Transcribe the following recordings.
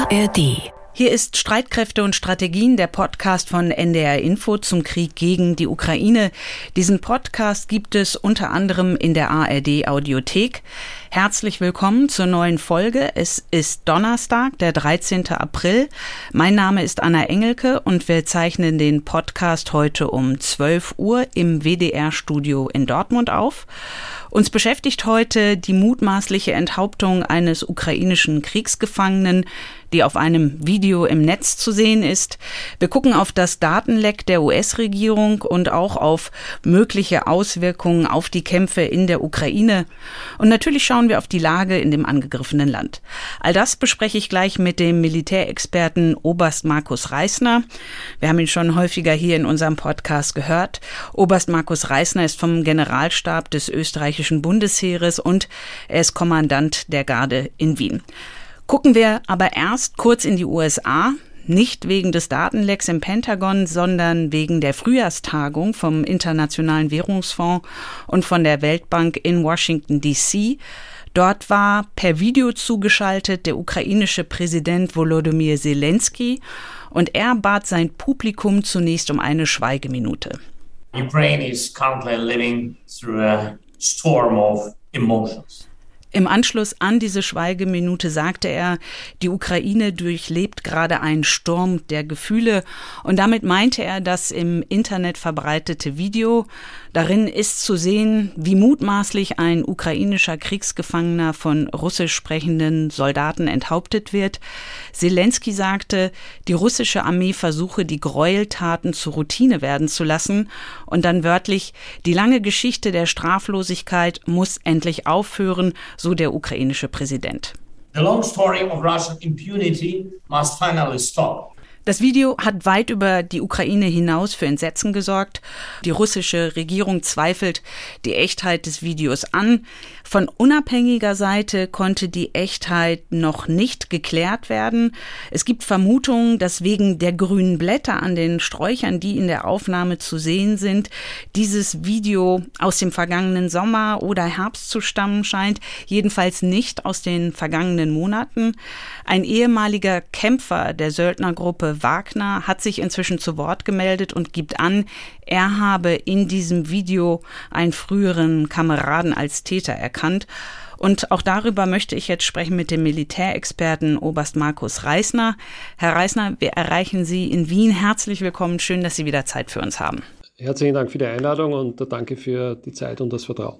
ARD. Hier ist Streitkräfte und Strategien, der Podcast von NDR Info zum Krieg gegen die Ukraine. Diesen Podcast gibt es unter anderem in der ARD Audiothek. Herzlich willkommen zur neuen Folge. Es ist Donnerstag, der 13. April. Mein Name ist Anna Engelke und wir zeichnen den Podcast heute um 12 Uhr im WDR-Studio in Dortmund auf. Uns beschäftigt heute die mutmaßliche Enthauptung eines ukrainischen Kriegsgefangenen, die auf einem Video im Netz zu sehen ist. Wir gucken auf das Datenleck der US-Regierung und auch auf mögliche Auswirkungen auf die Kämpfe in der Ukraine. Und natürlich schauen wir auf die Lage in dem angegriffenen Land. All das bespreche ich gleich mit dem Militärexperten Oberst Markus Reisner. Wir haben ihn schon häufiger hier in unserem Podcast gehört. Oberst Markus Reisner ist vom Generalstab des österreichischen Bundesheeres und er ist Kommandant der Garde in Wien. Gucken wir aber erst kurz in die USA, nicht wegen des Datenlecks im Pentagon, sondern wegen der Frühjahrstagung vom Internationalen Währungsfonds und von der Weltbank in Washington, D.C. Dort war per Video zugeschaltet der ukrainische Präsident Volodymyr Zelensky und er bat sein Publikum zunächst um eine Schweigeminute. Ukraine is currently living through a storm of emotions. Im Anschluss an diese Schweigeminute sagte er, die Ukraine durchlebt gerade einen Sturm der Gefühle und damit meinte er das im Internet verbreitete Video. Darin ist zu sehen, wie mutmaßlich ein ukrainischer Kriegsgefangener von russisch sprechenden Soldaten enthauptet wird. Zelensky sagte, die russische Armee versuche, die Gräueltaten zur Routine werden zu lassen und dann wörtlich, die lange Geschichte der Straflosigkeit muss endlich aufhören, so der ukrainische Präsident. The long story of Russian impunity must finally stop. Das Video hat weit über die Ukraine hinaus für Entsetzen gesorgt. Die russische Regierung zweifelt die Echtheit des Videos an. Von unabhängiger Seite konnte die Echtheit noch nicht geklärt werden. Es gibt Vermutungen, dass wegen der grünen Blätter an den Sträuchern, die in der Aufnahme zu sehen sind, dieses Video aus dem vergangenen Sommer oder Herbst zu stammen scheint, jedenfalls nicht aus den vergangenen Monaten. Ein ehemaliger Kämpfer der Söldnergruppe Wagner hat sich inzwischen zu Wort gemeldet und gibt an, er habe in diesem Video einen früheren Kameraden als Täter erkannt. Und auch darüber möchte ich jetzt sprechen mit dem Militärexperten Oberst Markus Reisner. Herr Reisner, wir erreichen Sie in Wien. Herzlich willkommen. Schön, dass Sie wieder Zeit für uns haben. Herzlichen Dank für die Einladung und danke für die Zeit und das Vertrauen.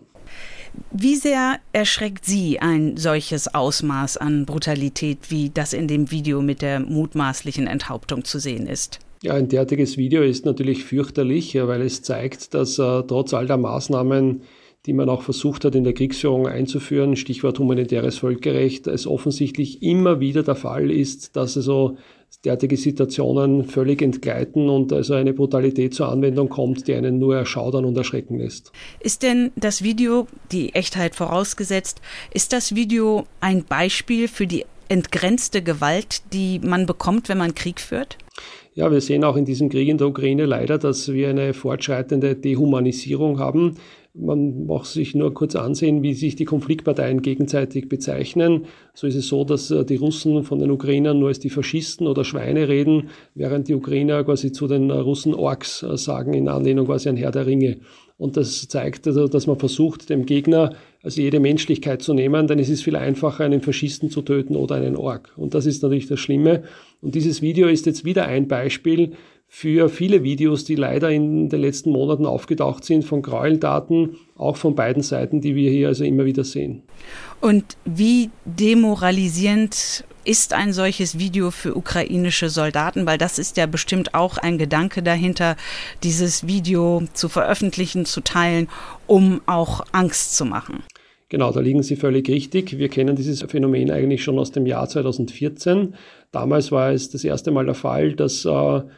Wie sehr erschreckt Sie ein solches Ausmaß an Brutalität, wie das in dem Video mit der mutmaßlichen Enthauptung zu sehen ist? Ja, ein derartiges Video ist natürlich fürchterlich, weil es zeigt, dass trotz all der Maßnahmen, die man auch versucht hat in der Kriegsführung einzuführen, Stichwort humanitäres Völkerrecht, es offensichtlich immer wieder der Fall ist, dass also derartige Situationen völlig entgleiten und also eine Brutalität zur Anwendung kommt, die einen nur erschaudern und erschrecken lässt. Ist denn das Video, die Echtheit vorausgesetzt, ist das Video ein Beispiel für die entgrenzte Gewalt, die man bekommt, wenn man Krieg führt? Ja, wir sehen auch in diesem Krieg in der Ukraine leider, dass wir eine fortschreitende Dehumanisierung haben. Man muss sich nur kurz ansehen, wie sich die Konfliktparteien gegenseitig bezeichnen. So ist es so, dass die Russen von den Ukrainern nur als die Faschisten oder Schweine reden, während die Ukrainer quasi zu den Russen Orks sagen, in Anlehnung quasi an Herr der Ringe. Und das zeigt also, dass man versucht, dem Gegner also jede Menschlichkeit zu nehmen, denn es ist viel einfacher, einen Faschisten zu töten oder einen Ork. Und das ist natürlich das Schlimme. Und dieses Video ist jetzt wieder ein Beispiel für viele Videos, die leider in den letzten Monaten aufgetaucht sind, von Gräueltaten, auch von beiden Seiten, die wir hier also immer wieder sehen. Und wie demoralisierend ist ein solches Video für ukrainische Soldaten? Weil das ist ja bestimmt auch ein Gedanke dahinter, dieses Video zu veröffentlichen, zu teilen, um auch Angst zu machen. Genau, da liegen Sie völlig richtig. Wir kennen dieses Phänomen eigentlich schon aus dem Jahr 2014. Damals war es das erste Mal der Fall, dass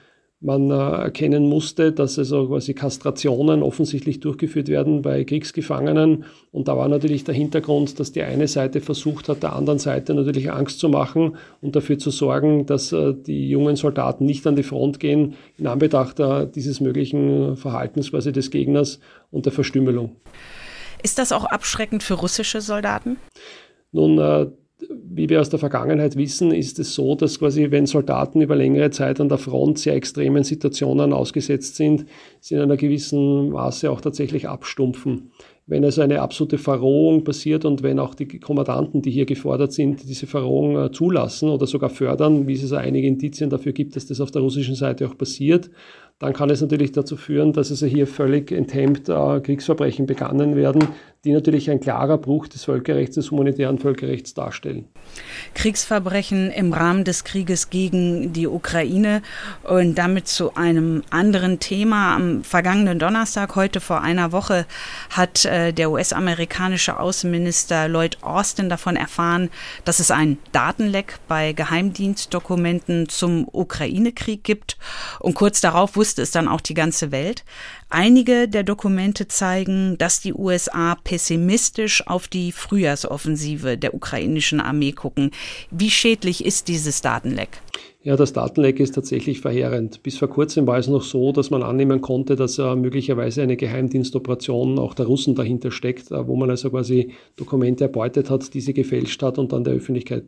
man erkennen musste, dass also quasi Kastrationen offensichtlich durchgeführt werden bei Kriegsgefangenen. Und da war natürlich der Hintergrund, dass die eine Seite versucht hat, der anderen Seite natürlich Angst zu machen und dafür zu sorgen, dass die jungen Soldaten nicht an die Front gehen, in Anbetracht dieses möglichen Verhaltens quasi des Gegners und der Verstümmelung. Ist das auch abschreckend für russische Soldaten? Nun, Wie wir aus der Vergangenheit wissen, ist es so, dass quasi, wenn Soldaten über längere Zeit an der Front sehr extremen Situationen ausgesetzt sind, sie in einer gewissen Maße auch tatsächlich abstumpfen. Wenn also eine absolute Verrohung passiert und wenn auch die Kommandanten, die hier gefordert sind, diese Verrohung zulassen oder sogar fördern, wie es also einige Indizien dafür gibt, dass das auf der russischen Seite auch passiert, dann kann es natürlich dazu führen, dass also hier völlig enthemmt Kriegsverbrechen begangen werden, die natürlich ein klarer Bruch des Völkerrechts, des humanitären Völkerrechts darstellen. Kriegsverbrechen im Rahmen des Krieges gegen die Ukraine und damit zu einem anderen Thema. Am vergangenen Donnerstag, heute vor einer Woche, hat der US-amerikanische Außenminister Lloyd Austin davon erfahren, dass es ein Datenleck bei Geheimdienstdokumenten zum Ukraine-Krieg gibt. Und kurz darauf wusste es dann auch die ganze Welt. Einige der Dokumente zeigen, dass die USA pessimistisch auf die Frühjahrsoffensive der ukrainischen Armee gucken. Wie schädlich ist dieses Datenleck? Ja, das Datenleck ist tatsächlich verheerend. Bis vor kurzem war es noch so, dass man annehmen konnte, dass möglicherweise eine Geheimdienstoperation auch der Russen dahinter steckt, wo man also quasi Dokumente erbeutet hat, diese gefälscht hat und dann der Öffentlichkeit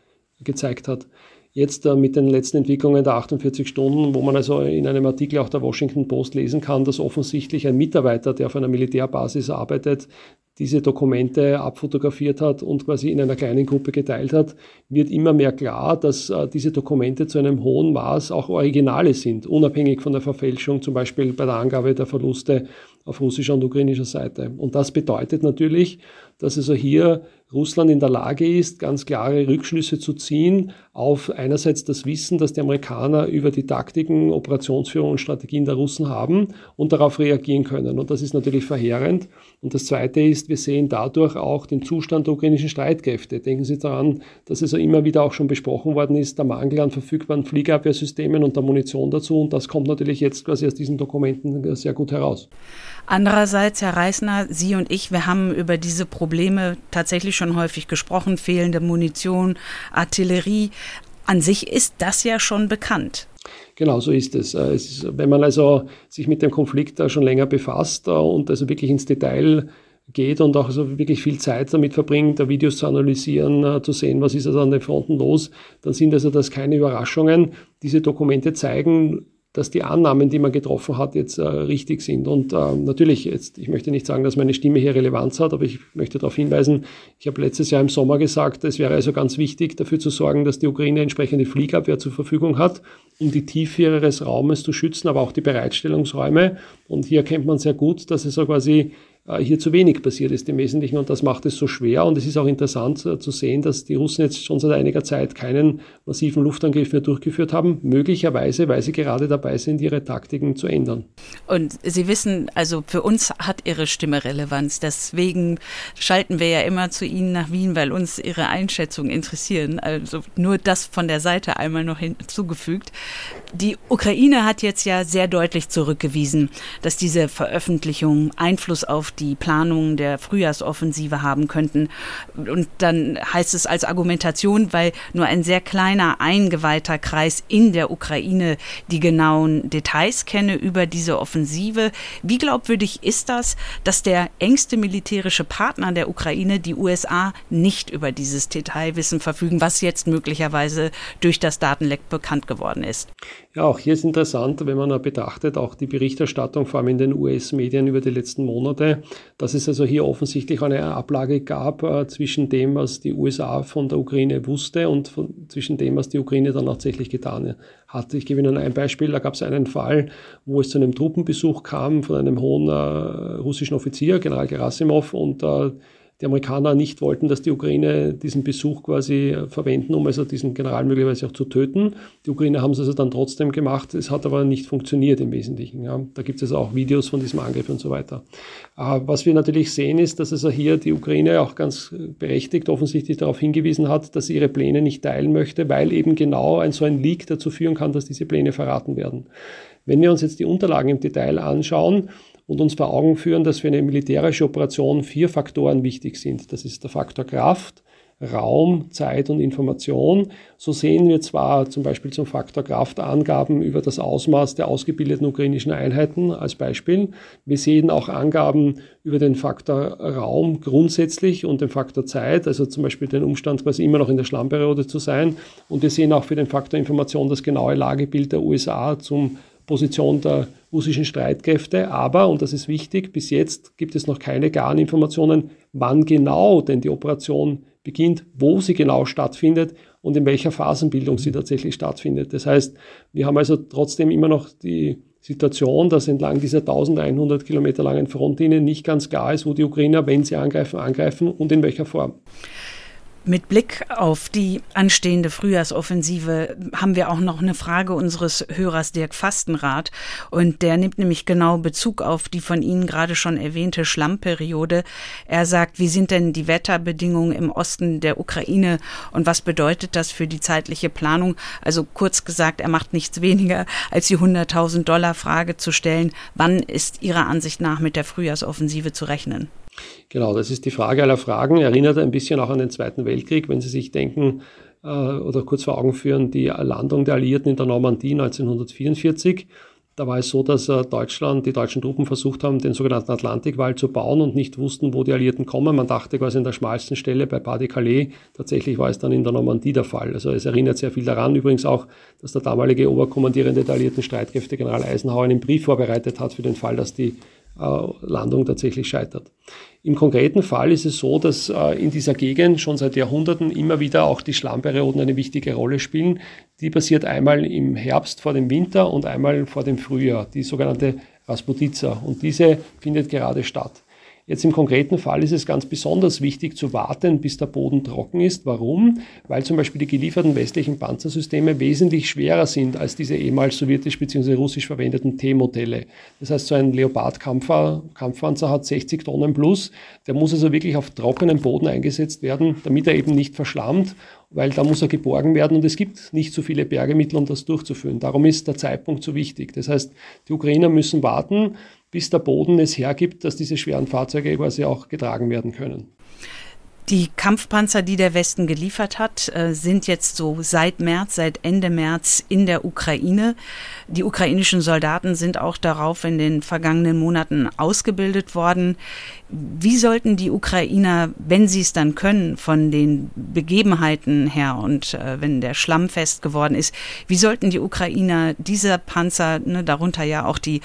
gezeigt hat. Jetzt mit den letzten Entwicklungen der 48 Stunden, wo man also in einem Artikel auch der Washington Post lesen kann, dass offensichtlich ein Mitarbeiter, der auf einer Militärbasis arbeitet, diese Dokumente abfotografiert hat und quasi in einer kleinen Gruppe geteilt hat, wird immer mehr klar, dass diese Dokumente zu einem hohen Maß auch Originale sind, unabhängig von der Verfälschung, zum Beispiel bei der Angabe der Verluste auf russischer und ukrainischer Seite. Und das bedeutet natürlich, dass also hier Russland in der Lage ist, ganz klare Rückschlüsse zu ziehen auf einerseits das Wissen, das die Amerikaner über die Taktiken, Operationsführung und Strategien der Russen haben und darauf reagieren können. Und das ist natürlich verheerend. Und das Zweite ist, wir sehen dadurch auch den Zustand der ukrainischen Streitkräfte. Denken Sie daran, dass es immer wieder auch schon besprochen worden ist, der Mangel an verfügbaren Fliegerabwehrsystemen und der Munition dazu. Und das kommt natürlich jetzt quasi aus diesen Dokumenten sehr gut heraus. Andererseits, Herr Reisner, Sie und ich, wir haben über diese Probleme tatsächlich schon häufig gesprochen, fehlende Munition, Artillerie. An sich ist das ja schon bekannt. Genau, so ist es. Wenn man also sich mit dem Konflikt schon länger befasst und also wirklich ins Detail geht und auch so wirklich viel Zeit damit verbringt, Videos zu analysieren, zu sehen, was ist also an den Fronten los, dann sind also das keine Überraschungen. Diese Dokumente zeigen, dass die Annahmen, die man getroffen hat, jetzt richtig sind. Und natürlich, ich möchte nicht sagen, dass meine Stimme hier Relevanz hat, aber ich möchte darauf hinweisen, ich habe letztes Jahr im Sommer gesagt, es wäre also ganz wichtig, dafür zu sorgen, dass die Ukraine entsprechende Fliegabwehr zur Verfügung hat, um die Tiefe ihres Raumes zu schützen, aber auch die Bereitstellungsräume. Und hier erkennt man sehr gut, dass es so quasi hier zu wenig passiert ist im Wesentlichen und das macht es so schwer und es ist auch interessant zu sehen, dass die Russen jetzt schon seit einiger Zeit keinen massiven Luftangriff mehr durchgeführt haben, möglicherweise, weil sie gerade dabei sind, ihre Taktiken zu ändern. Und Sie wissen, also für uns hat Ihre Stimme Relevanz, deswegen schalten wir ja immer zu Ihnen nach Wien, weil uns Ihre Einschätzungen interessieren, also nur das von der Seite einmal noch hinzugefügt. Die Ukraine hat jetzt ja sehr deutlich zurückgewiesen, dass diese Veröffentlichungen Einfluss auf die Planungen der Frühjahrsoffensive haben könnten. Und dann heißt es als Argumentation, weil nur ein sehr kleiner eingeweihter Kreis in der Ukraine die genauen Details kenne über diese Offensive. Wie glaubwürdig ist das, dass der engste militärische Partner der Ukraine, die USA, nicht über dieses Detailwissen verfügen, was jetzt möglicherweise durch das Datenleck bekannt geworden ist? Ja, auch hier ist interessant, wenn man betrachtet, auch die Berichterstattung, vor allem in den US-Medien über die letzten Monate, dass es also hier offensichtlich eine Ablage gab zwischen dem, was die USA von der Ukraine wusste und zwischen dem, was die Ukraine dann tatsächlich getan hat. Ich gebe Ihnen ein Beispiel, da gab es einen Fall, wo es zu einem Truppenbesuch kam von einem hohen russischen Offizier, General Gerasimov, und die Amerikaner nicht wollten, dass die Ukraine diesen Besuch quasi verwenden, um also diesen General möglicherweise auch zu töten. Die Ukrainer haben es also dann trotzdem gemacht, es hat aber nicht funktioniert im Wesentlichen. Ja. Da gibt es also auch Videos von diesem Angriff und so weiter. Was wir natürlich sehen ist, dass also hier die Ukraine auch ganz berechtigt offensichtlich darauf hingewiesen hat, dass sie ihre Pläne nicht teilen möchte, weil eben genau so ein Leak dazu führen kann, dass diese Pläne verraten werden. Wenn wir uns jetzt die Unterlagen im Detail anschauen und uns vor Augen führen, dass für eine militärische Operation 4 Faktoren wichtig sind. Das ist der Faktor Kraft, Raum, Zeit und Information. So sehen wir zwar zum Beispiel zum Faktor Kraft Angaben über das Ausmaß der ausgebildeten ukrainischen Einheiten als Beispiel. Wir sehen auch Angaben über den Faktor Raum grundsätzlich und den Faktor Zeit, also zum Beispiel den Umstand, quasi immer noch in der Schlammperiode zu sein. Und wir sehen auch für den Faktor Information das genaue Lagebild der USA zum Position der russischen Streitkräfte. Aber, und das ist wichtig, bis jetzt gibt es noch keine klaren Informationen, wann genau denn die Operation beginnt, wo sie genau stattfindet und in welcher Phasenbildung sie tatsächlich stattfindet. Das heißt, wir haben also trotzdem immer noch die Situation, dass entlang dieser 1100 Kilometer langen Frontlinie nicht ganz klar ist, wo die Ukrainer, wenn sie angreifen und in welcher Form. Mit Blick auf die anstehende Frühjahrsoffensive haben wir auch noch eine Frage unseres Hörers Dirk Fastenrath. Und der nimmt nämlich genau Bezug auf die von Ihnen gerade schon erwähnte Schlammperiode. Er sagt, wie sind denn die Wetterbedingungen im Osten der Ukraine und was bedeutet das für die zeitliche Planung? Also kurz gesagt, er macht nichts weniger, als die $100.000-Frage zu stellen. Wann ist Ihrer Ansicht nach mit der Frühjahrsoffensive zu rechnen? Genau, das ist die Frage aller Fragen. Erinnert ein bisschen auch an den Zweiten Weltkrieg, wenn Sie sich denken oder kurz vor Augen führen, die Landung der Alliierten in der Normandie 1944. Da war es so, dass die deutschen Truppen versucht haben, den sogenannten Atlantikwall zu bauen und nicht wussten, wo die Alliierten kommen. Man dachte quasi an der schmalsten Stelle bei Pas-de-Calais. Tatsächlich war es dann in der Normandie der Fall. Also es erinnert sehr viel daran. Übrigens auch, dass der damalige Oberkommandierende der Alliierten Streitkräfte, General Eisenhower, einen Brief vorbereitet hat für den Fall, dass die Landung tatsächlich scheitert. Im konkreten Fall ist es so, dass in dieser Gegend schon seit Jahrhunderten immer wieder auch die Schlammperioden eine wichtige Rolle spielen. Die passiert einmal im Herbst vor dem Winter und einmal vor dem Frühjahr, die sogenannte Rasputiza. Und diese findet gerade statt. Jetzt im konkreten Fall ist es ganz besonders wichtig zu warten, bis der Boden trocken ist. Warum? Weil zum Beispiel die gelieferten westlichen Panzersysteme wesentlich schwerer sind als diese ehemals sowjetisch bzw. russisch verwendeten T-Modelle. Das heißt, so ein Leopard-Kampfpanzer hat 60 Tonnen plus. Der muss also wirklich auf trockenem Boden eingesetzt werden, damit er eben nicht verschlammt, weil da muss er geborgen werden und es gibt nicht so viele Bergemittel, um das durchzuführen. Darum ist der Zeitpunkt so wichtig. Das heißt, die Ukrainer müssen warten, bis der Boden es hergibt, dass diese schweren Fahrzeuge quasi auch getragen werden können. Die Kampfpanzer, die der Westen geliefert hat, sind jetzt so seit Ende März in der Ukraine. Die ukrainischen Soldaten sind auch darauf in den vergangenen Monaten ausgebildet worden. Wie sollten die Ukrainer, wenn sie es dann können, von den Begebenheiten her und wenn der Schlamm fest geworden ist, wie sollten die Ukrainer diese Panzer, darunter ja auch die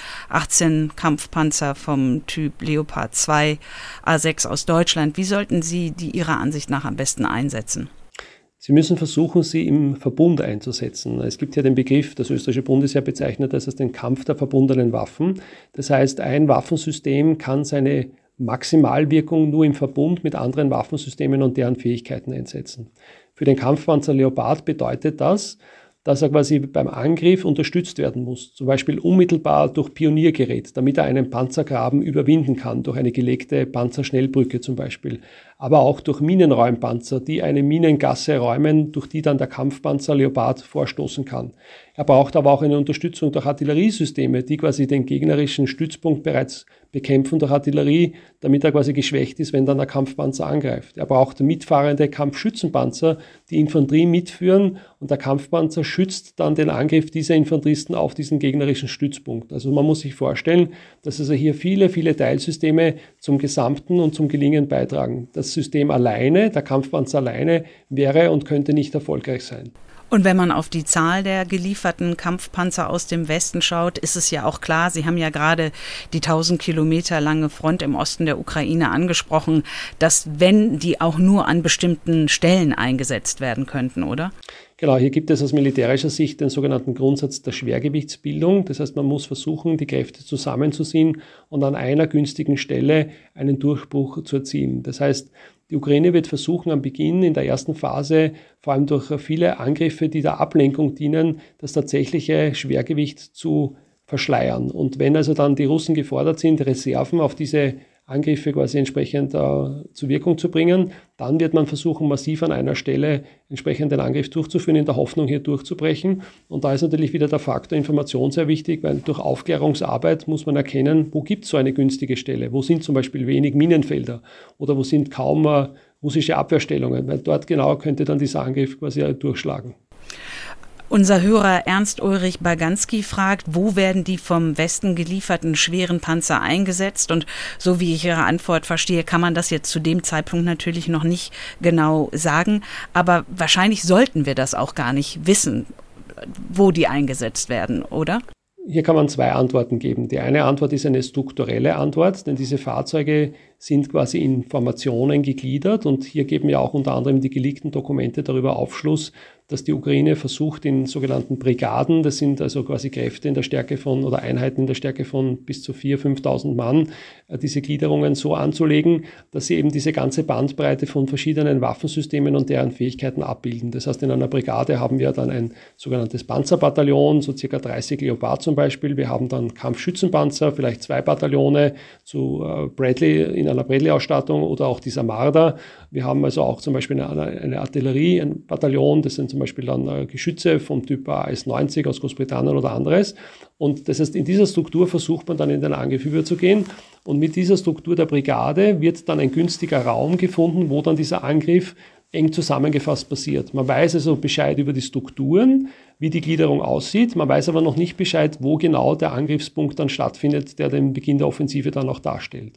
18 Kampfpanzer vom Typ Leopard 2 A6 aus Deutschland, wie sollten sie die Ihrer Ansicht nach am besten einsetzen? Sie müssen versuchen, sie im Verbund einzusetzen. Es gibt ja den Begriff, das österreichische Bundesheer bezeichnet das als den Kampf der verbundenen Waffen. Das heißt, ein Waffensystem kann seine Maximalwirkung nur im Verbund mit anderen Waffensystemen und deren Fähigkeiten einsetzen. Für den Kampfpanzer Leopard bedeutet das, dass er quasi beim Angriff unterstützt werden muss, zum Beispiel unmittelbar durch Pioniergerät, damit er einen Panzergraben überwinden kann, durch eine gelegte Panzerschnellbrücke zum Beispiel, aber auch durch Minenräumpanzer, die eine Minengasse räumen, durch die dann der Kampfpanzer Leopard vorstoßen kann. Er braucht aber auch eine Unterstützung durch Artilleriesysteme, die quasi den gegnerischen Stützpunkt bereits bekämpfen durch Artillerie, damit er quasi geschwächt ist, wenn dann der Kampfpanzer angreift. Er braucht mitfahrende Kampfschützenpanzer, die Infanterie mitführen und der Kampfpanzer schützt dann den Angriff dieser Infanteristen auf diesen gegnerischen Stützpunkt. Also man muss sich vorstellen, dass also hier viele, viele Teilsysteme zum Gesamten und zum Gelingen beitragen. Das System alleine, der Kampfpanzer alleine, wäre und könnte nicht erfolgreich sein. Und wenn man auf die Zahl der gelieferten Kampfpanzer aus dem Westen schaut, ist es ja auch klar, Sie haben ja gerade die 1000 Kilometer lange Front im Osten der Ukraine angesprochen, dass wenn die auch nur an bestimmten Stellen eingesetzt werden könnten, oder? Genau, hier gibt es aus militärischer Sicht den sogenannten Grundsatz der Schwergewichtsbildung. Das heißt, man muss versuchen, die Kräfte zusammenzuziehen und an einer günstigen Stelle einen Durchbruch zu erzielen. Das heißt, die Ukraine wird versuchen, am Beginn in der ersten Phase, vor allem durch viele Angriffe, die der Ablenkung dienen, das tatsächliche Schwergewicht zu verschleiern. Und wenn also dann die Russen gefordert sind, Reserven auf diese Angriffe quasi entsprechend zur Wirkung zu bringen, dann wird man versuchen, massiv an einer Stelle entsprechend den Angriff durchzuführen, in der Hoffnung, hier durchzubrechen. Und da ist natürlich wieder der Faktor Information sehr wichtig, weil durch Aufklärungsarbeit muss man erkennen, wo gibt es so eine günstige Stelle, wo sind zum Beispiel wenig Minenfelder oder wo sind kaum russische Abwehrstellungen, weil dort genau könnte dann dieser Angriff quasi durchschlagen. Unser Hörer Ernst-Ulrich Baganski fragt, wo werden die vom Westen gelieferten schweren Panzer eingesetzt? Und so wie ich Ihre Antwort verstehe, kann man das jetzt zu dem Zeitpunkt natürlich noch nicht genau sagen. Aber wahrscheinlich sollten wir das auch gar nicht wissen, wo die eingesetzt werden, oder? Hier kann man zwei Antworten geben. Die eine Antwort ist eine strukturelle Antwort, denn diese Fahrzeuge sind quasi in Formationen gegliedert und hier geben ja auch unter anderem die geleakten Dokumente darüber Aufschluss, dass die Ukraine versucht, in sogenannten Brigaden, das sind also quasi Kräfte in der Stärke von oder Einheiten in der Stärke von bis zu 4.000, 5.000 Mann, diese Gliederungen so anzulegen, dass sie eben diese ganze Bandbreite von verschiedenen Waffensystemen und deren Fähigkeiten abbilden. Das heißt, in einer Brigade haben wir dann ein sogenanntes Panzerbataillon, so circa 30 Leopard zum Beispiel. Wir haben dann Kampfschützenpanzer, vielleicht 2 Bataillone zu Bradley in einer Bradley-Ausstattung oder auch dieser Marder. Wir haben also auch zum Beispiel eine Artillerie, ein Bataillon, das sind zum Beispiel dann Geschütze vom Typ AS-90 aus Großbritannien oder anderes. Und das heißt, in dieser Struktur versucht man dann in den Angriff überzugehen. Und mit dieser Struktur der Brigade wird dann ein günstiger Raum gefunden, wo dann dieser Angriff eng zusammengefasst passiert. Man weiß also Bescheid über die Strukturen, wie die Gliederung aussieht. Man weiß aber noch nicht Bescheid, wo genau der Angriffspunkt dann stattfindet, der den Beginn der Offensive dann auch darstellt.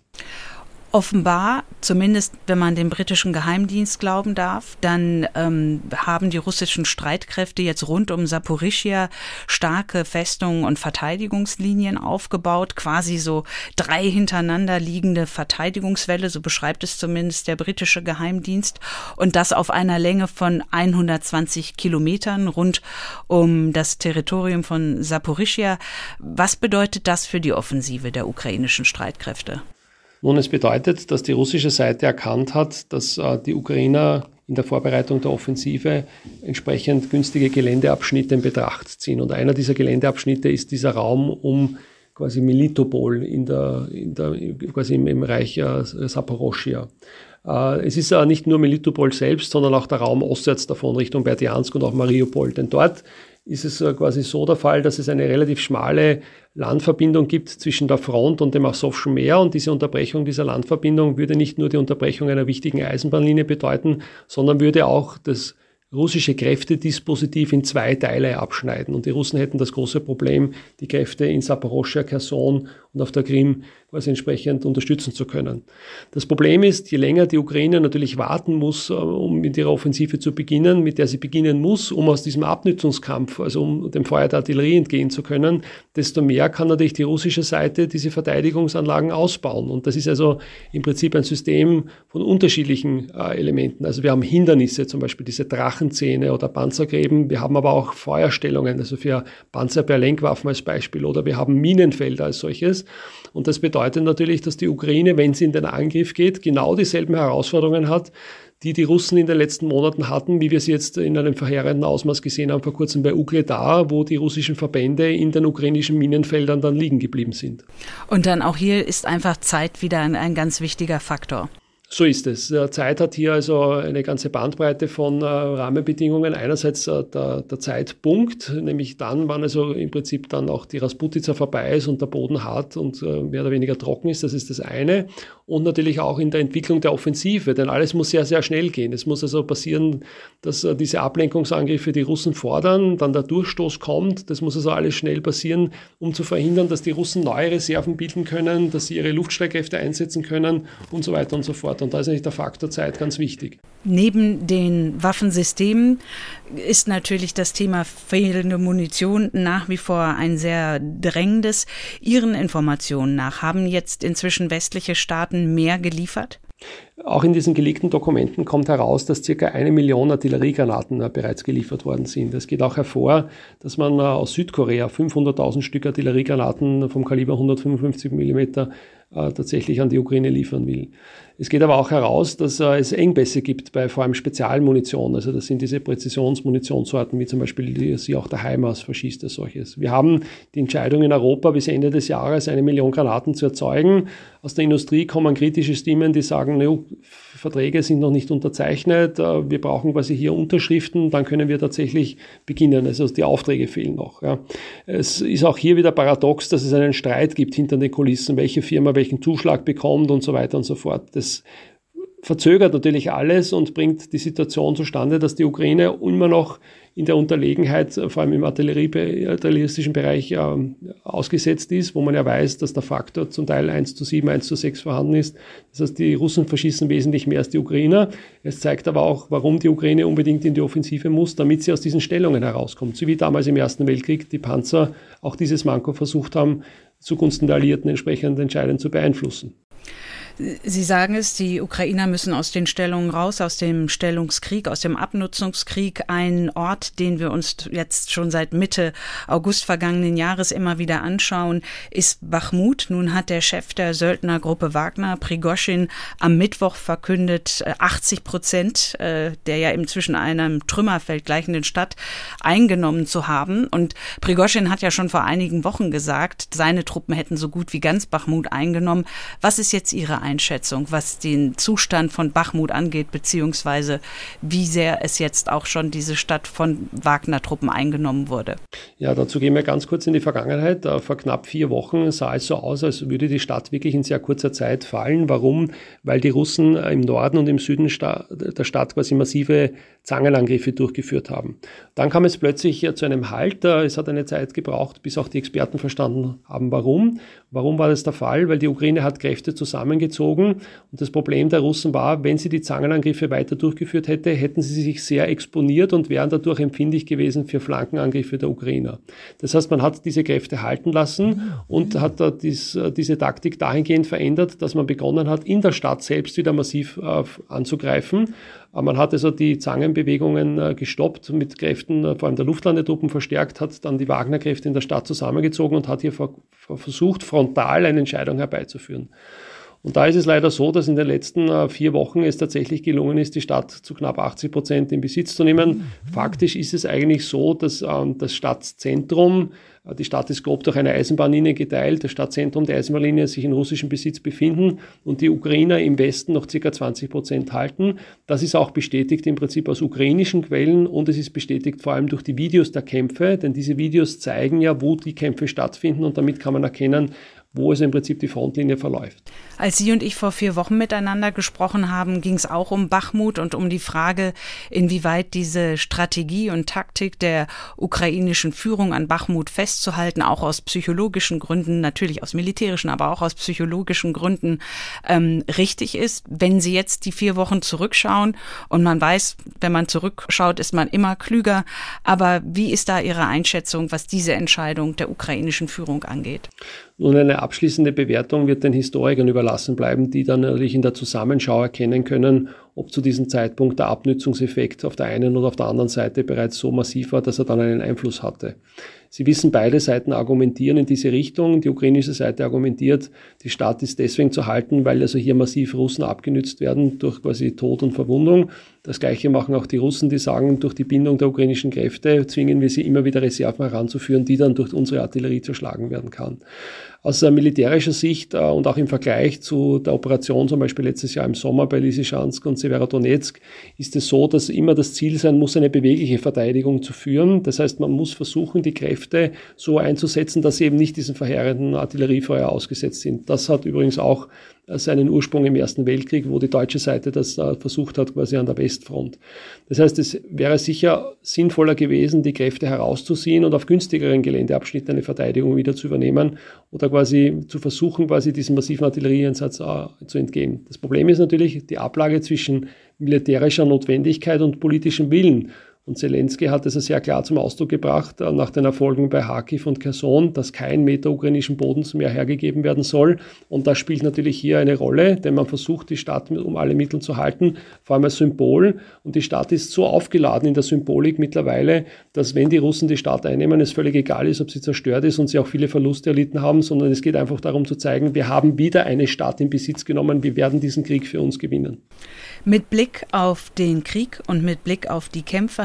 Offenbar, zumindest wenn man dem britischen Geheimdienst glauben darf, dann haben die russischen Streitkräfte jetzt rund um Saporischschja starke Festungen und Verteidigungslinien aufgebaut, quasi so 3 hintereinander liegende Verteidigungswälle, so beschreibt es zumindest der britische Geheimdienst, und das auf einer Länge von 120 Kilometern rund um das Territorium von Saporischschja. Was bedeutet das für die Offensive der ukrainischen Streitkräfte? Nun, es bedeutet, dass die russische Seite erkannt hat, dass die Ukrainer in der Vorbereitung der Offensive entsprechend günstige Geländeabschnitte in Betracht ziehen. Und einer dieser Geländeabschnitte ist dieser Raum um quasi Melitopol quasi im Reich Saporoschschja. Es ist nicht nur Melitopol selbst, sondern auch der Raum ostwärts davon Richtung Berdjansk und auch Mariupol. Denn dort ist es quasi so der Fall, dass es eine relativ schmale Landverbindung gibt zwischen der Front und dem Asowschen Meer. Und diese Unterbrechung dieser Landverbindung würde nicht nur die Unterbrechung einer wichtigen Eisenbahnlinie bedeuten, sondern würde auch das russische Kräftedispositiv in 2 Teile abschneiden. Und die Russen hätten das große Problem, die Kräfte in Saporoschschja, Cherson und auf der Krim quasi entsprechend unterstützen zu können. Das Problem ist, je länger die Ukraine natürlich warten muss, um mit ihrer Offensive zu beginnen, mit der sie beginnen muss, um aus diesem Abnützungskampf, also um dem Feuer der Artillerie entgehen zu können, desto mehr kann natürlich die russische Seite diese Verteidigungsanlagen ausbauen. Und das ist also im Prinzip ein System von unterschiedlichen Elementen. Also wir haben Hindernisse, zum Beispiel diese Drachenzähne oder Panzergräben. Wir haben aber auch Feuerstellungen, also für Panzerlenkwaffen als Beispiel. Oder wir haben Minenfelder als solches. Und das bedeutet natürlich, dass die Ukraine, wenn sie in den Angriff geht, genau dieselben Herausforderungen hat, die Russen in den letzten Monaten hatten, wie wir sie jetzt in einem verheerenden Ausmaß gesehen haben, vor kurzem bei Ugledar, wo die russischen Verbände in den ukrainischen Minenfeldern dann liegen geblieben sind. Und dann auch hier ist einfach Zeit wieder ein ganz wichtiger Faktor. So ist es. Zeit hat hier also eine ganze Bandbreite von Rahmenbedingungen. Einerseits der Zeitpunkt, nämlich dann, wann also im Prinzip dann auch die Rasputica vorbei ist und der Boden hart und mehr oder weniger trocken ist. Das ist das eine. Und natürlich auch in der Entwicklung der Offensive, denn alles muss sehr, sehr schnell gehen. Es muss also passieren, dass diese Ablenkungsangriffe die Russen fordern, dann der Durchstoß kommt. Das muss also alles schnell passieren, um zu verhindern, dass die Russen neue Reserven bilden können, dass sie ihre Luftstreitkräfte einsetzen können und so weiter und so fort. Und da ist natürlich der Faktor Zeit ganz wichtig. Neben den Waffensystemen ist natürlich das Thema fehlende Munition nach wie vor ein sehr drängendes. Ihren Informationen nach haben jetzt inzwischen westliche Staaten mehr geliefert? Auch in diesen geleakten Dokumenten kommt heraus, dass ca. 1 Million Artilleriegranaten bereits geliefert worden sind. Es geht auch hervor, dass man aus Südkorea 500.000 Stück Artilleriegranaten vom Kaliber 155 mm tatsächlich an die Ukraine liefern will. Es geht aber auch heraus, dass es Engpässe gibt bei vor allem Spezialmunition. Also das sind diese Präzisionsmunitionssorten, wie zum Beispiel die auch der HIMARS verschießt als solches. Wir haben die Entscheidung in Europa bis Ende des Jahres 1 Million Granaten zu erzeugen. Aus der Industrie kommen kritische Stimmen, die sagen, Verträge sind noch nicht unterzeichnet, wir brauchen quasi hier Unterschriften, dann können wir tatsächlich beginnen. Also die Aufträge fehlen noch. Ja. Es ist auch hier wieder paradox, dass es einen Streit gibt hinter den Kulissen, welche Firma welchen Zuschlag bekommt und so weiter und so fort. Das verzögert natürlich alles und bringt die Situation zustande, dass die Ukraine immer noch in der Unterlegenheit, vor allem im artilleristischen Bereich, ausgesetzt ist, wo man ja weiß, dass der Faktor zum Teil 1:7, 1:6 vorhanden ist. Das heißt, die Russen verschießen wesentlich mehr als die Ukrainer. Es zeigt aber auch, warum die Ukraine unbedingt in die Offensive muss, damit sie aus diesen Stellungen herauskommt. So wie damals im Ersten Weltkrieg die Panzer auch dieses Manko versucht haben, zugunsten der Alliierten entsprechend entscheidend zu beeinflussen. Sie sagen es, die Ukrainer müssen aus den Stellungen raus, aus dem Stellungskrieg, aus dem Abnutzungskrieg. Ein Ort, den wir uns jetzt schon seit Mitte August vergangenen Jahres immer wieder anschauen, ist Bachmut. Nun hat der Chef der Söldnergruppe Wagner, Prigoschin, am Mittwoch verkündet, 80%, der ja inzwischen einem Trümmerfeld gleichenden Stadt eingenommen zu haben. Und Prigoschin hat ja schon vor einigen Wochen gesagt, seine Truppen hätten so gut wie ganz Bachmut eingenommen. Was ist jetzt Ihre Einschätzung, was den Zustand von Bachmut angeht, beziehungsweise wie sehr es jetzt auch schon diese Stadt von Wagner-Truppen eingenommen wurde? Ja, dazu gehen wir ganz kurz in die Vergangenheit. Vor knapp 4 Wochen sah es so aus, als würde die Stadt wirklich in sehr kurzer Zeit fallen. Warum? Weil die Russen im Norden und im Süden der Stadt quasi massive Zangenangriffe durchgeführt haben. Dann kam es plötzlich zu einem Halt. Es hat eine Zeit gebraucht, bis auch die Experten verstanden haben, warum. Warum war das der Fall? Weil die Ukraine hat Kräfte zusammengezogen und das Problem der Russen war, wenn sie die Zangenangriffe weiter durchgeführt hätten sie sich sehr exponiert und wären dadurch empfindlich gewesen für Flankenangriffe der Ukrainer. Das heißt, man hat diese Kräfte halten lassen und hat diese Taktik dahingehend verändert, dass man begonnen hat, in der Stadt selbst wieder massiv anzugreifen. Man hat also die Zangenbewegungen gestoppt, mit Kräften vor allem der Luftlandetruppen verstärkt, hat dann die Wagner-Kräfte in der Stadt zusammengezogen und hat hier versucht, frontal eine Entscheidung herbeizuführen. Und da ist es leider so, dass in den letzten 4 Wochen es tatsächlich gelungen ist, die Stadt zu knapp 80% in Besitz zu nehmen. Faktisch ist es eigentlich so, dass das Stadtzentrum, die Stadt ist grob durch eine Eisenbahnlinie geteilt, das Stadtzentrum der Eisenbahnlinie sich in russischem Besitz befinden und die Ukrainer im Westen noch ca. 20% halten. Das ist auch bestätigt im Prinzip aus ukrainischen Quellen und es ist bestätigt vor allem durch die Videos der Kämpfe, denn diese Videos zeigen ja, wo die Kämpfe stattfinden und damit kann man erkennen, wo es im Prinzip die Frontlinie verläuft. Als Sie und ich vor 4 Wochen miteinander gesprochen haben, ging es auch um Bachmut und um die Frage, inwieweit diese Strategie und Taktik der ukrainischen Führung an Bachmut festzuhalten, auch aus psychologischen Gründen, natürlich aus militärischen, aber auch aus psychologischen Gründen richtig ist. Wenn Sie jetzt die 4 Wochen zurückschauen und man weiß, wenn man zurückschaut, ist man immer klüger. Aber wie ist da Ihre Einschätzung, was diese Entscheidung der ukrainischen Führung angeht? Nun, eine abschließende Bewertung wird den Historikern überlassen bleiben, die dann natürlich in der Zusammenschau erkennen können, ob zu diesem Zeitpunkt der Abnützungseffekt auf der einen oder auf der anderen Seite bereits so massiv war, dass er dann einen Einfluss hatte. Sie wissen, beide Seiten argumentieren in diese Richtung. Die ukrainische Seite argumentiert, die Stadt ist deswegen zu halten, weil also hier massiv Russen abgenützt werden durch quasi Tod und Verwundung. Das Gleiche machen auch die Russen, die sagen, durch die Bindung der ukrainischen Kräfte zwingen wir sie immer wieder Reserven heranzuführen, die dann durch unsere Artillerie zerschlagen werden kann. Aus militärischer Sicht und auch im Vergleich zu der Operation zum Beispiel letztes Jahr im Sommer bei Lysychansk und Severodonetsk ist es so, dass immer das Ziel sein muss, eine bewegliche Verteidigung zu führen. Das heißt, man muss versuchen, die Kräfte so einzusetzen, dass sie eben nicht diesem verheerenden Artilleriefeuer ausgesetzt sind. Das hat übrigens auch seinen Ursprung im Ersten Weltkrieg, wo die deutsche Seite das versucht hat, quasi an der Westfront. Das heißt, es wäre sicher sinnvoller gewesen, die Kräfte herauszuziehen und auf günstigeren Geländeabschnitten eine Verteidigung wieder zu übernehmen oder quasi zu versuchen, quasi diesem massiven Artillerieeinsatz zu entgehen. Das Problem ist natürlich die Ablage zwischen militärischer Notwendigkeit und politischem Willen. Und Zelensky hat es sehr klar zum Ausdruck gebracht, nach den Erfolgen bei Kharkiv und Cherson, dass kein Meter ukrainischen Bodens mehr hergegeben werden soll. Und das spielt natürlich hier eine Rolle, denn man versucht, die Stadt um alle Mittel zu halten, vor allem als Symbol. Und die Stadt ist so aufgeladen in der Symbolik mittlerweile, dass wenn die Russen die Stadt einnehmen, es völlig egal ist, ob sie zerstört ist und sie auch viele Verluste erlitten haben, sondern es geht einfach darum zu zeigen, wir haben wieder eine Stadt in Besitz genommen, wir werden diesen Krieg für uns gewinnen. Mit Blick auf den Krieg und mit Blick auf die Kämpfe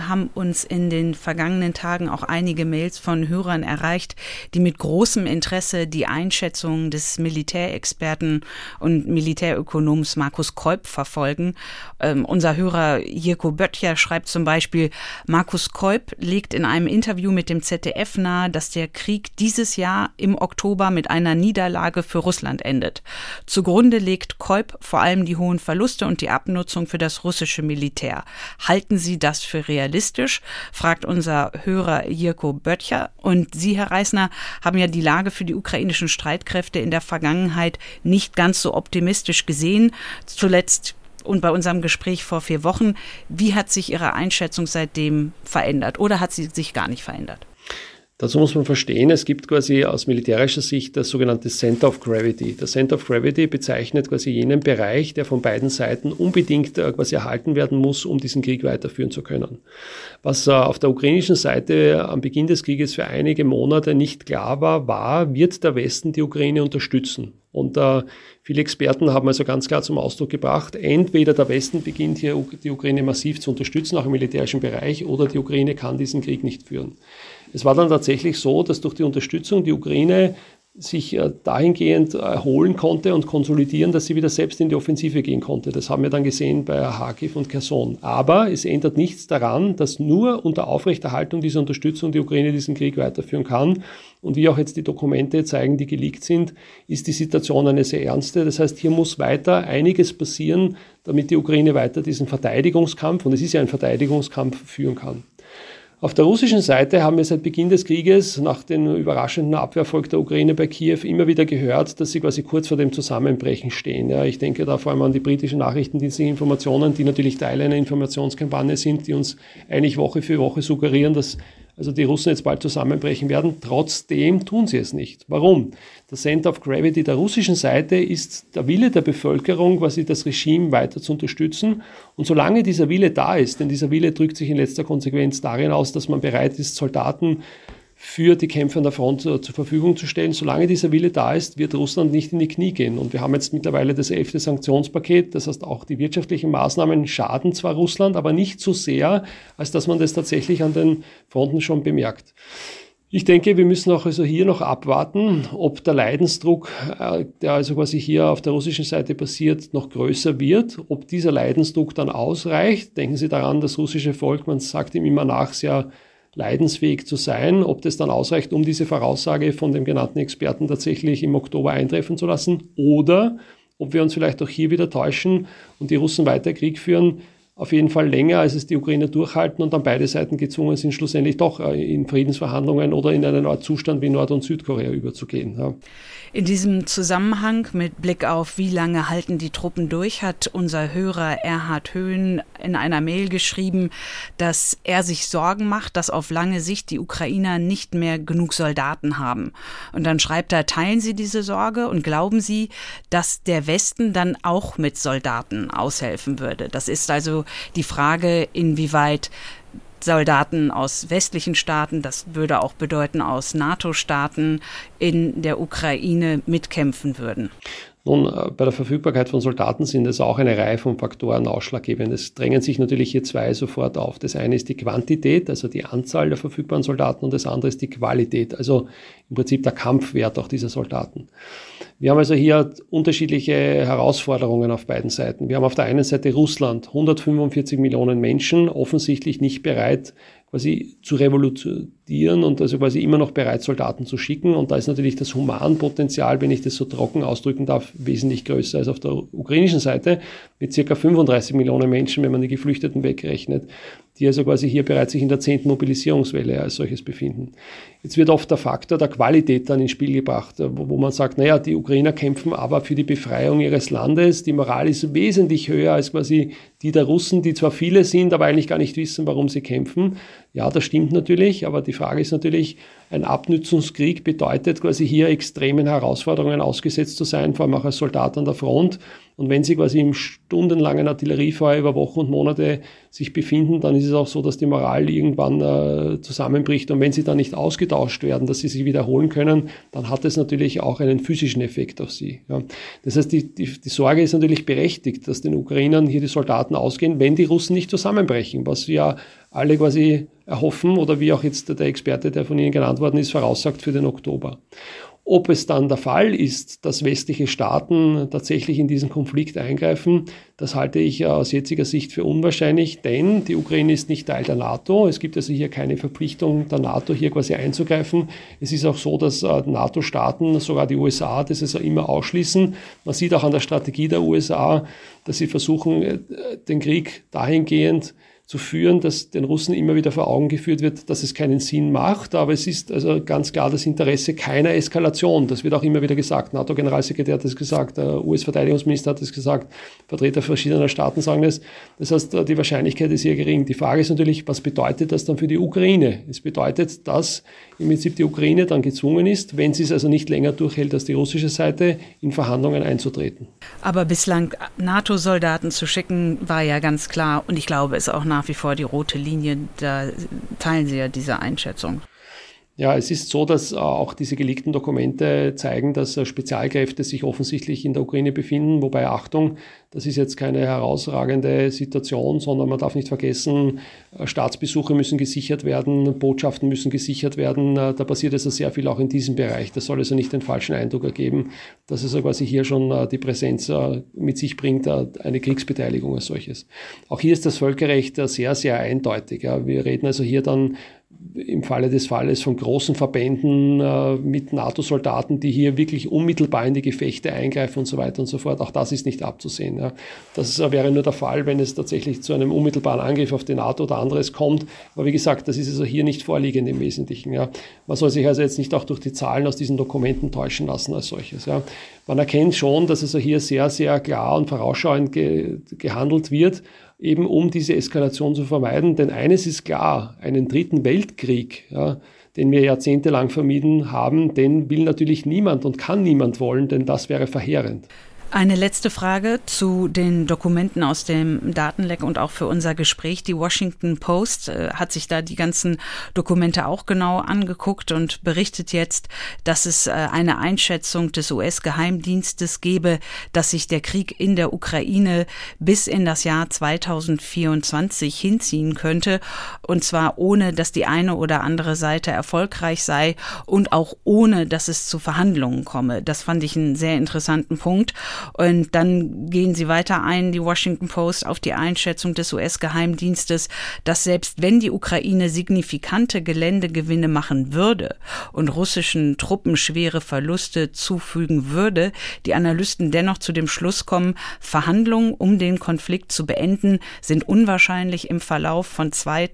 haben uns in den vergangenen Tagen auch einige Mails von Hörern erreicht, die mit großem Interesse die Einschätzung des Militärexperten und Militärökonoms Markus Kolb verfolgen. Unser Hörer Jirko Böttcher schreibt zum Beispiel, Markus Kolb legt in einem Interview mit dem ZDF nahe, dass der Krieg dieses Jahr im Oktober mit einer Niederlage für Russland endet. Zugrunde legt Kolb vor allem die hohen Verluste und die Abnutzung für das russische Militär. Halten Sie das für realistisch? Fragt unser Hörer Jirko Böttcher. Und Sie, Herr Reisner, haben ja die Lage für die ukrainischen Streitkräfte in der Vergangenheit nicht ganz so optimistisch gesehen. Zuletzt und bei unserem Gespräch vor 4 Wochen. Wie hat sich Ihre Einschätzung seitdem verändert oder hat sie sich gar nicht verändert? Dazu muss man verstehen, es gibt quasi aus militärischer Sicht das sogenannte Center of Gravity. Das Center of Gravity bezeichnet quasi jenen Bereich, der von beiden Seiten unbedingt quasi erhalten werden muss, um diesen Krieg weiterführen zu können. Was auf der ukrainischen Seite am Beginn des Krieges für einige Monate nicht klar war, wird der Westen die Ukraine unterstützen. Und viele Experten haben also ganz klar zum Ausdruck gebracht, entweder der Westen beginnt hier die Ukraine massiv zu unterstützen, auch im militärischen Bereich, oder die Ukraine kann diesen Krieg nicht führen. Es war dann tatsächlich so, dass durch die Unterstützung die Ukraine sich dahingehend erholen konnte und konsolidieren, dass sie wieder selbst in die Offensive gehen konnte. Das haben wir dann gesehen bei Kharkiv und Cherson. Aber es ändert nichts daran, dass nur unter Aufrechterhaltung dieser Unterstützung die Ukraine diesen Krieg weiterführen kann. Und wie auch jetzt die Dokumente zeigen, die geleakt sind, ist die Situation eine sehr ernste. Das heißt, hier muss weiter einiges passieren, damit die Ukraine weiter diesen Verteidigungskampf, und es ist ja ein Verteidigungskampf, führen kann. Auf der russischen Seite haben wir seit Beginn des Krieges, nach dem überraschenden Abwehrerfolg der Ukraine bei Kiew, immer wieder gehört, dass sie quasi kurz vor dem Zusammenbrechen stehen. Ja, ich denke da vor allem an die britischen nachrichtendienstlichen Informationen, die natürlich Teil einer Informationskampagne sind, die uns eigentlich Woche für Woche suggerieren, dass also die Russen jetzt bald zusammenbrechen werden. Trotzdem tun sie es nicht. Warum? Das Center of Gravity der russischen Seite ist der Wille der Bevölkerung, quasi das Regime weiter zu unterstützen. Und solange dieser Wille da ist, denn dieser Wille drückt sich in letzter Konsequenz darin aus, dass man bereit ist, Soldaten für die Kämpfe an der Front zur Verfügung zu stellen. Solange dieser Wille da ist, wird Russland nicht in die Knie gehen. Und wir haben jetzt mittlerweile das 11. Sanktionspaket. Das heißt, auch die wirtschaftlichen Maßnahmen schaden zwar Russland, aber nicht so sehr, als dass man das tatsächlich an den Fronten schon bemerkt. Ich denke, wir müssen auch also hier noch abwarten, ob der Leidensdruck, der also quasi hier auf der russischen Seite passiert, noch größer wird, ob dieser Leidensdruck dann ausreicht. Denken Sie daran, das russische Volk, man sagt ihm immer nach, sehr leidensfähig zu sein, ob das dann ausreicht, um diese Voraussage von dem genannten Experten tatsächlich im Oktober eintreffen zu lassen, oder ob wir uns vielleicht auch hier wieder täuschen und die Russen weiter Krieg führen, auf jeden Fall länger, als es die Ukrainer durchhalten und dann beide Seiten gezwungen sind, schlussendlich doch in Friedensverhandlungen oder in einen Art Zustand wie Nord- und Südkorea überzugehen. Ja. In diesem Zusammenhang mit Blick auf, wie lange halten die Truppen durch, hat unser Hörer Erhard Höhn in einer Mail geschrieben, dass er sich Sorgen macht, dass auf lange Sicht die Ukrainer nicht mehr genug Soldaten haben. Und dann schreibt er, teilen Sie diese Sorge und glauben Sie, dass der Westen dann auch mit Soldaten aushelfen würde? Das ist also die Frage, inwieweit Soldaten aus westlichen Staaten, das würde auch bedeuten aus NATO-Staaten, in der Ukraine mitkämpfen würden. Nun, bei der Verfügbarkeit von Soldaten sind es auch eine Reihe von Faktoren ausschlaggebend. Es drängen sich natürlich hier zwei sofort auf. Das eine ist die Quantität, also die Anzahl der verfügbaren Soldaten, und das andere ist die Qualität, also im Prinzip der Kampfwert auch dieser Soldaten. Wir haben also hier unterschiedliche Herausforderungen auf beiden Seiten. Wir haben auf der einen Seite Russland, 145 Millionen Menschen, offensichtlich nicht bereit, quasi zu revolutionieren und also quasi immer noch bereit, Soldaten zu schicken. Und da ist natürlich das Humanpotenzial, wenn ich das so trocken ausdrücken darf, wesentlich größer als auf der ukrainischen Seite mit circa 35 Millionen Menschen, wenn man die Geflüchteten wegrechnet, die also quasi hier bereits sich in der 10. Mobilisierungswelle als solches befinden. Jetzt wird oft der Faktor der Qualität dann ins Spiel gebracht, wo man sagt, naja, die Ukrainer kämpfen aber für die Befreiung ihres Landes. Die Moral ist wesentlich höher als quasi die der Russen, die zwar viele sind, aber eigentlich gar nicht wissen, warum sie kämpfen. Ja, das stimmt natürlich, aber die Frage ist natürlich, ein Abnutzungskrieg bedeutet quasi hier extremen Herausforderungen ausgesetzt zu sein, vor allem auch als Soldat an der Front. Und wenn sie quasi im stundenlangen Artilleriefeuer über Wochen und Monate sich befinden, dann ist es auch so, dass die Moral irgendwann zusammenbricht. Und wenn sie dann nicht ausgetauscht werden, dass sie sich wiederholen können, dann hat es natürlich auch einen physischen Effekt auf sie. Ja. Das heißt, die Sorge ist natürlich berechtigt, dass den Ukrainern hier die Soldaten ausgehen, wenn die Russen nicht zusammenbrechen, was ja alle quasi erhoffen oder wie auch jetzt der Experte, der von Ihnen genannt worden ist, voraussagt für den Oktober. Ob es dann der Fall ist, dass westliche Staaten tatsächlich in diesen Konflikt eingreifen, das halte ich aus jetziger Sicht für unwahrscheinlich, denn die Ukraine ist nicht Teil der NATO. Es gibt also hier keine Verpflichtung der NATO, hier quasi einzugreifen. Es ist auch so, dass NATO-Staaten, sogar die USA, das also immer ausschließen. Man sieht auch an der Strategie der USA, dass sie versuchen, den Krieg dahingehend zu führen, dass den Russen immer wieder vor Augen geführt wird, dass es keinen Sinn macht. Aber es ist also ganz klar das Interesse keiner Eskalation. Das wird auch immer wieder gesagt. NATO-Generalsekretär hat es gesagt, der US-Verteidigungsminister hat es gesagt, Vertreter verschiedener Staaten sagen es. Das heißt, die Wahrscheinlichkeit ist sehr gering. Die Frage ist natürlich, was bedeutet das dann für die Ukraine? Es bedeutet, dass im Prinzip die Ukraine dann gezwungen ist, wenn sie es also nicht länger durchhält als die russische Seite, in Verhandlungen einzutreten. Aber bislang NATO-Soldaten zu schicken, war ja ganz klar. Und ich glaube, es ist auch nach wie vor die rote Linie. Da teilen Sie ja diese Einschätzung. Ja, es ist so, dass auch diese geleakten Dokumente zeigen, dass Spezialkräfte sich offensichtlich in der Ukraine befinden. Wobei, Achtung, das ist jetzt keine herausragende Situation, sondern man darf nicht vergessen, Staatsbesuche müssen gesichert werden, Botschaften müssen gesichert werden. Da passiert also sehr viel auch in diesem Bereich. Das soll also nicht den falschen Eindruck ergeben, dass es quasi hier schon die Präsenz mit sich bringt, eine Kriegsbeteiligung als solches. Auch hier ist das Völkerrecht sehr, sehr eindeutig. Wir reden also hier dann im Falle des Falles von großen Verbänden mit NATO-Soldaten, die hier wirklich unmittelbar in die Gefechte eingreifen und so weiter und so fort. Auch das ist nicht abzusehen. Ja. Das wäre nur der Fall, wenn es tatsächlich zu einem unmittelbaren Angriff auf die NATO oder anderes kommt. Aber wie gesagt, das ist also hier nicht vorliegend im Wesentlichen. Ja. Man soll sich also jetzt nicht auch durch die Zahlen aus diesen Dokumenten täuschen lassen als solches. Ja. Man erkennt schon, dass also hier sehr, sehr klar und vorausschauend gehandelt wird, eben um diese Eskalation zu vermeiden. Denn eines ist klar, einen dritten Weltkrieg, ja, den wir jahrzehntelang vermieden haben, den will natürlich niemand und kann niemand wollen, denn das wäre verheerend. Eine letzte Frage zu den Dokumenten aus dem Datenleck und auch für unser Gespräch. Die Washington Post hat sich da die ganzen Dokumente auch genau angeguckt und berichtet jetzt, dass es eine Einschätzung des US-Geheimdienstes gebe, dass sich der Krieg in der Ukraine bis in das Jahr 2024 hinziehen könnte. Und zwar ohne, dass die eine oder andere Seite erfolgreich sei und auch ohne, dass es zu Verhandlungen komme. Das fand ich einen sehr interessanten Punkt. Und dann gehen sie weiter ein, die Washington Post, auf die Einschätzung des US-Geheimdienstes, dass selbst wenn die Ukraine signifikante Geländegewinne machen würde und russischen Truppen schwere Verluste zufügen würde, die Analysten dennoch zu dem Schluss kommen, Verhandlungen, um den Konflikt zu beenden, sind unwahrscheinlich im Verlauf von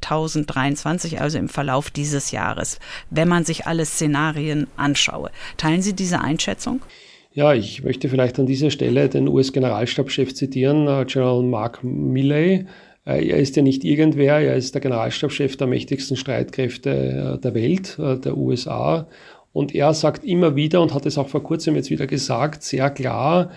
2023, also im Verlauf dieses Jahres, wenn man sich alle Szenarien anschaue. Teilen Sie diese Einschätzung? Ja, ich möchte vielleicht an dieser Stelle den US-Generalstabschef zitieren, General Mark Milley. Er ist ja nicht irgendwer, er ist der Generalstabschef der mächtigsten Streitkräfte der Welt, der USA. Und er sagt immer wieder und hat es auch vor kurzem jetzt wieder gesagt, sehr klar,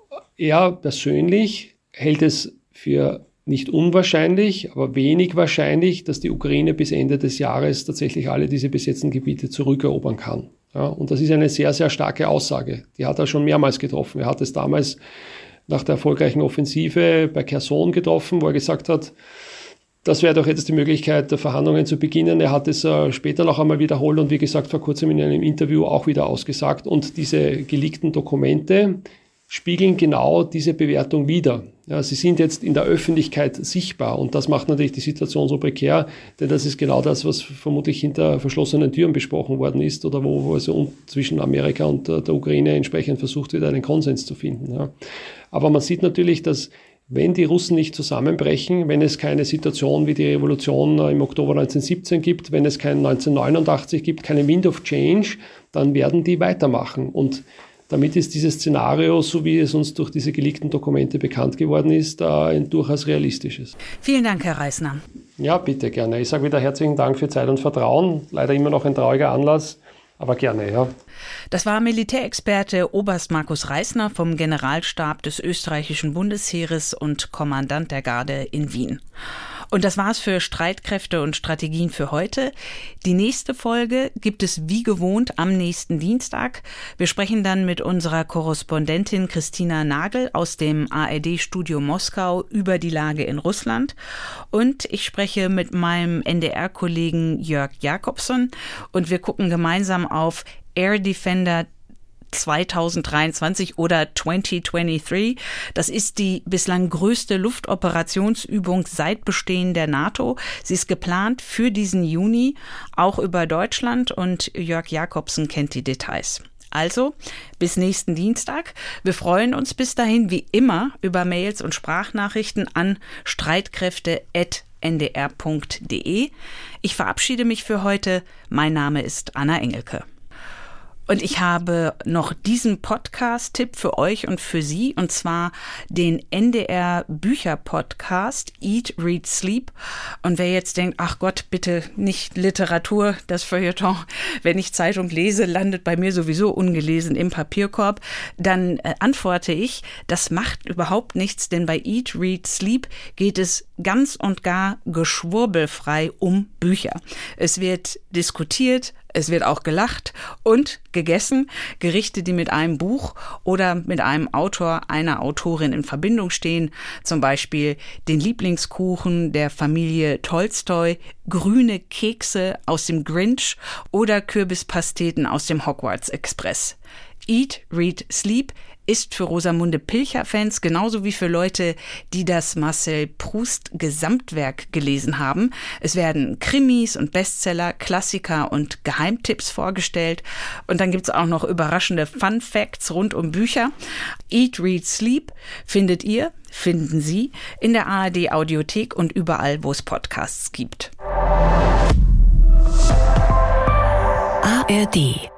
er persönlich hält es für nicht unwahrscheinlich, aber wenig wahrscheinlich, dass die Ukraine bis Ende des Jahres tatsächlich alle diese besetzten Gebiete zurückerobern kann. Ja, und das ist eine sehr, sehr starke Aussage. Die hat er schon mehrmals getroffen. Er hat es damals nach der erfolgreichen Offensive bei Cherson getroffen, wo er gesagt hat, das wäre doch jetzt die Möglichkeit, Verhandlungen zu beginnen. Er hat es später noch einmal wiederholt und wie gesagt vor kurzem in einem Interview auch wieder ausgesagt. Und diese geleakten Dokumente spiegeln genau diese Bewertung wider. Ja, sie sind jetzt in der Öffentlichkeit sichtbar und das macht natürlich die Situation so prekär, denn das ist genau das, was vermutlich hinter verschlossenen Türen besprochen worden ist oder wo also zwischen Amerika und der Ukraine entsprechend versucht wird, einen Konsens zu finden. Ja. Aber man sieht natürlich, dass wenn die Russen nicht zusammenbrechen, wenn es keine Situation wie die Revolution im Oktober 1917 gibt, wenn es kein 1989 gibt, keine Wind of Change, dann werden die weitermachen. Und damit ist dieses Szenario, so wie es uns durch diese geleakten Dokumente bekannt geworden ist, ein durchaus realistisches. Vielen Dank, Herr Reisner. Ja, bitte, gerne. Ich sage wieder herzlichen Dank für Zeit und Vertrauen. Leider immer noch ein trauriger Anlass, aber gerne, ja. Das war Militärexperte Oberst Markus Reisner vom Generalstab des österreichischen Bundesheeres und Kommandant der Garde in Wien. Und das war's für Streitkräfte und Strategien für heute. Die nächste Folge gibt es wie gewohnt am nächsten Dienstag. Wir sprechen dann mit unserer Korrespondentin Christina Nagel aus dem ARD-Studio Moskau über die Lage in Russland. Und ich spreche mit meinem NDR-Kollegen Jörg Jakobson und wir gucken gemeinsam auf Air Defender 2023 oder 2023. Das ist die bislang größte Luftoperationsübung seit Bestehen der NATO. Sie ist geplant für diesen Juni, auch über Deutschland, und Jörg Jakobsen kennt die Details. Also, bis nächsten Dienstag. Wir freuen uns bis dahin wie immer über Mails und Sprachnachrichten an streitkräfte@ndr.de. Ich verabschiede mich für heute. Mein Name ist Anna Engelke. Und ich habe noch diesen Podcast-Tipp für euch und für Sie, und zwar den NDR-Bücher-Podcast Eat, Read, Sleep. Und wer jetzt denkt, ach Gott, bitte nicht Literatur, das Feuilleton, wenn ich Zeitung lese, landet bei mir sowieso ungelesen im Papierkorb, dann antworte ich, das macht überhaupt nichts, denn bei Eat, Read, Sleep geht es ganz und gar geschwurbelfrei um Bücher. Es wird diskutiert, es wird auch gelacht und gegessen. Gerichte, die mit einem Buch oder mit einem Autor, einer Autorin in Verbindung stehen. Zum Beispiel den Lieblingskuchen der Familie Tolstoi, grüne Kekse aus dem Grinch oder Kürbispasteten aus dem Hogwarts Express. Eat, Read, Sleep ist für Rosamunde Pilcher-Fans genauso wie für Leute, die das Marcel Proust-Gesamtwerk gelesen haben. Es werden Krimis und Bestseller, Klassiker und Geheimtipps vorgestellt. Und dann gibt's auch noch überraschende Fun-Facts rund um Bücher. Eat, Read, Sleep finden Sie in der ARD-Audiothek und überall, wo es Podcasts gibt. ARD